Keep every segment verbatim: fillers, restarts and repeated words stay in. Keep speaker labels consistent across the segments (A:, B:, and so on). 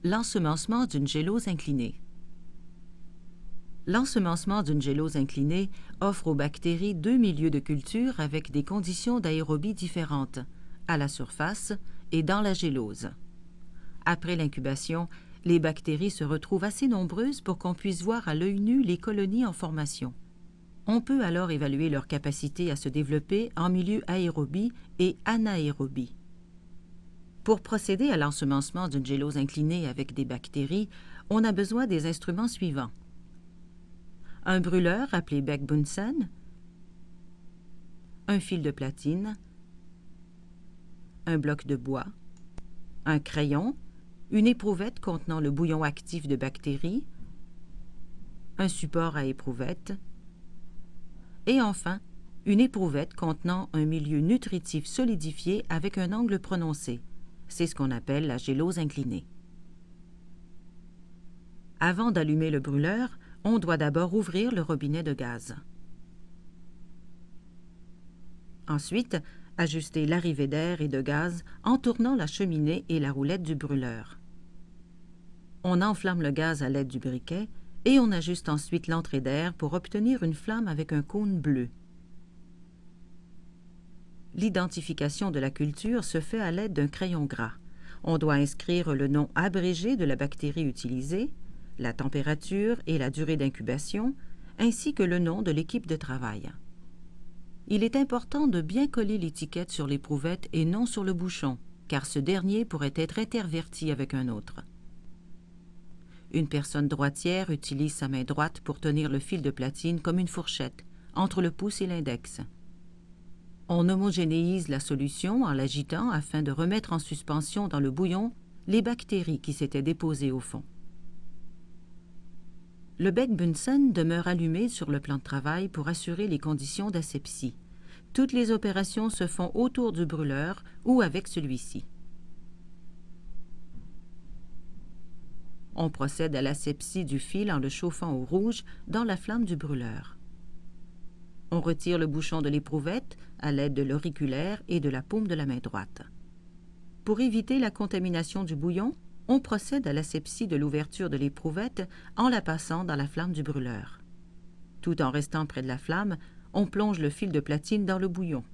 A: L'ensemencement d'une gélose inclinée. L'ensemencement d'une gélose inclinée offre aux bactéries deux milieux de culture avec des conditions d'aérobie différentes, à la surface et dans la gélose. Après l'incubation, les bactéries se retrouvent assez nombreuses pour qu'on puisse voir à l'œil nu les colonies en formation. On peut alors évaluer leur capacité à se développer en milieu aérobie et anaérobie. Pour procéder à l'ensemencement d'une gélose inclinée avec des bactéries, on a besoin des instruments suivants. Un brûleur appelé bec Bunsen, un fil de platine, un bloc de bois, un crayon, une éprouvette contenant le bouillon actif de bactéries, un support à éprouvette, et enfin, une éprouvette contenant un milieu nutritif solidifié avec un angle prononcé. C'est ce qu'on appelle la gélose inclinée. Avant d'allumer le brûleur, on doit d'abord ouvrir le robinet de gaz. Ensuite, ajuster l'arrivée d'air et de gaz en tournant la cheminée et la roulette du brûleur. On enflamme le gaz à l'aide du briquet et on ajuste ensuite l'entrée d'air pour obtenir une flamme avec un cône bleu. L'identification de la culture se fait à l'aide d'un crayon gras. On doit inscrire le nom abrégé de la bactérie utilisée, la température et la durée d'incubation, ainsi que le nom de l'équipe de travail. Il est important de bien coller l'étiquette sur l'éprouvette et non sur le bouchon, car ce dernier pourrait être interverti avec un autre. Une personne droitière utilise sa main droite pour tenir le fil de platine comme une fourchette, entre le pouce et l'index. On homogénéise la solution en l'agitant afin de remettre en suspension dans le bouillon les bactéries qui s'étaient déposées au fond. Le bec Bunsen demeure allumé sur le plan de travail pour assurer les conditions d'asepsie. Toutes les opérations se font autour du brûleur ou avec celui-ci. On procède à l'asepsie du fil en le chauffant au rouge dans la flamme du brûleur. On retire le bouchon de l'éprouvette à l'aide de l'auriculaire et de la paume de la main droite. Pour éviter la contamination du bouillon, on procède à l'asepsie de l'ouverture de l'éprouvette en la passant dans la flamme du brûleur. Tout en restant près de la flamme, on plonge le fil de platine dans le bouillon.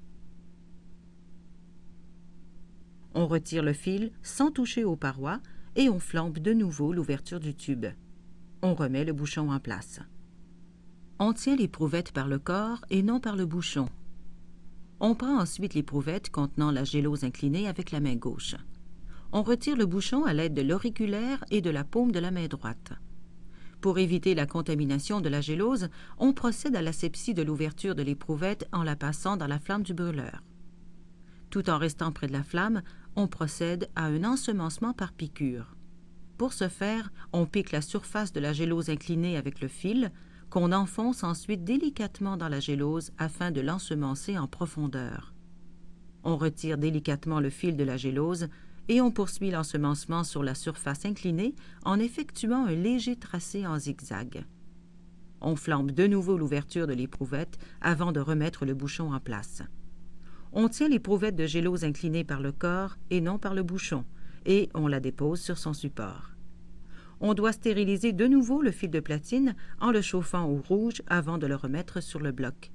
A: On retire le fil sans toucher aux parois et on flambe de nouveau l'ouverture du tube. On remet le bouchon en place. On tient l'éprouvette par le corps et non par le bouchon. On prend ensuite l'éprouvette contenant la gélose inclinée avec la main gauche. On retire le bouchon à l'aide de l'auriculaire et de la paume de la main droite. Pour éviter la contamination de la gélose, on procède à l'asepsie de l'ouverture de l'éprouvette en la passant dans la flamme du brûleur. Tout en restant près de la flamme, on procède à un ensemencement par piqûre. Pour ce faire, on pique la surface de la gélose inclinée avec le fil, qu'on enfonce ensuite délicatement dans la gélose afin de l'ensemencer en profondeur. On retire délicatement le fil de la gélose et on poursuit l'ensemencement sur la surface inclinée en effectuant un léger tracé en zigzag. On flambe de nouveau l'ouverture de l'éprouvette avant de remettre le bouchon en place. On tient l'éprouvette de gélose inclinée par le corps et non par le bouchon, et on la dépose sur son support. On doit stériliser de nouveau le fil de platine en le chauffant au rouge avant de le remettre sur le bloc.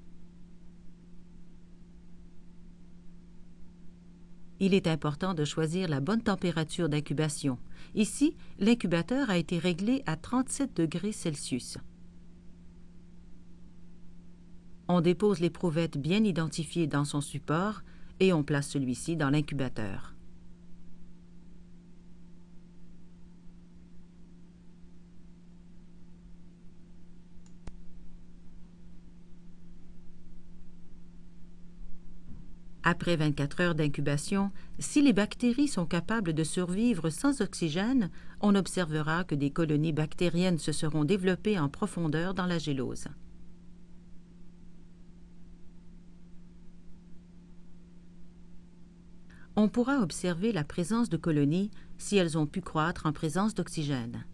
A: Il est important de choisir la bonne température d'incubation. Ici, l'incubateur a été réglé à trente-sept degrés Celsius. On dépose l'éprouvette bien identifiée dans son support et on place celui-ci dans l'incubateur. Après vingt-quatre heures d'incubation, si les bactéries sont capables de survivre sans oxygène, on observera que des colonies bactériennes se seront développées en profondeur dans la gélose. On pourra observer la présence de colonies si elles ont pu croître en présence d'oxygène.